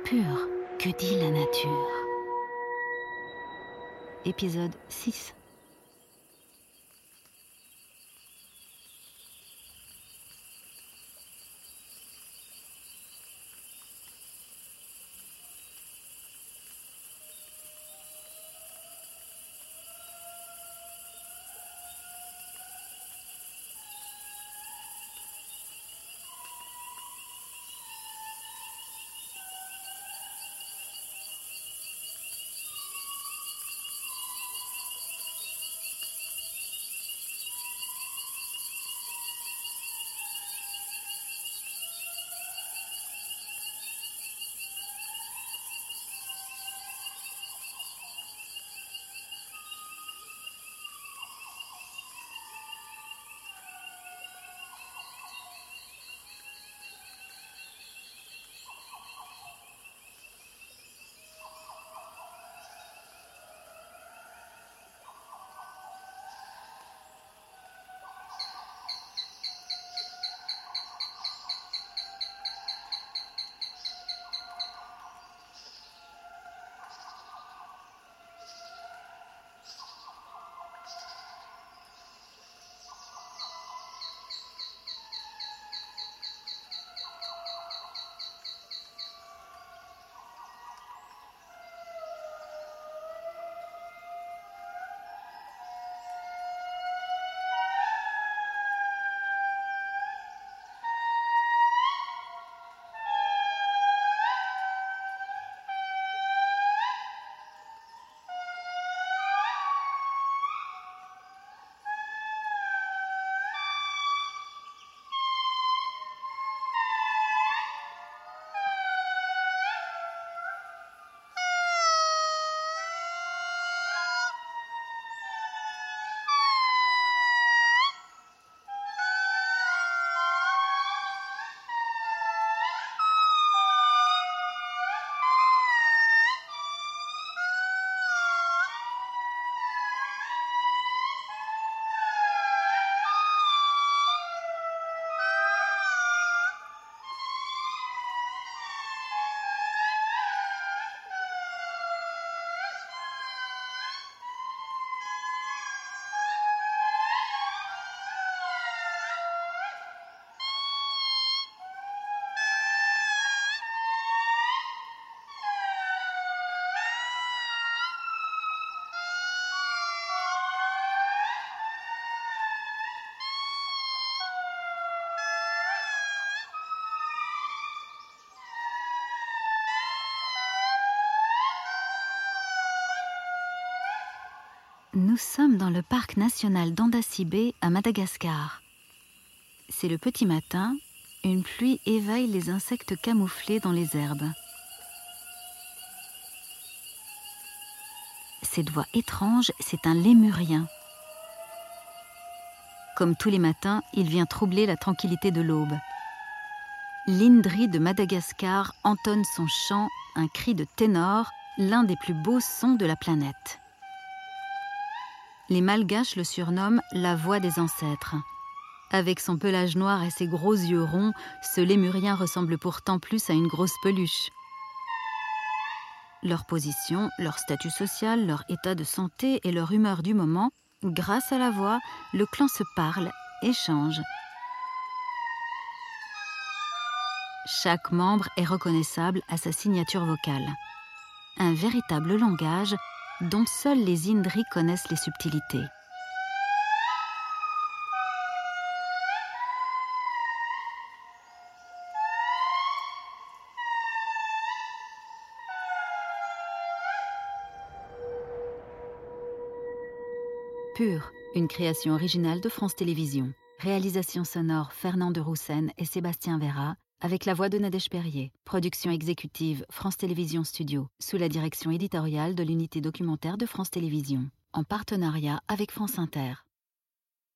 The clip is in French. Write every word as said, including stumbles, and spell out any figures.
Pur, que dit la nature? Épisode six. Nous sommes dans le parc national d'Andasibe à Madagascar. C'est le petit matin, une pluie éveille les insectes camouflés dans les herbes. Cette voix étrange, c'est un lémurien. Comme tous les matins, il vient troubler la tranquillité de l'aube. L'Indri de Madagascar entonne son chant, un cri de ténor, l'un des plus beaux sons de la planète. Les Malgaches le surnomment la voix des ancêtres. Avec son pelage noir et ses gros yeux ronds, ce lémurien ressemble pourtant plus à une grosse peluche. Leur position, leur statut social, leur état de santé et leur humeur du moment, grâce à la voix, le clan se parle, échange. Chaque membre est reconnaissable à sa signature vocale. Un véritable langage dont seuls les Indris connaissent les subtilités. Pur, une création originale de France Télévisions. Réalisation sonore Fernand de Roussen et Sébastien Vera, avec la voix de Nadège Perrier. Production exécutive France Télévisions Studio, sous la direction éditoriale de l'unité documentaire de France Télévisions, en partenariat avec France Inter.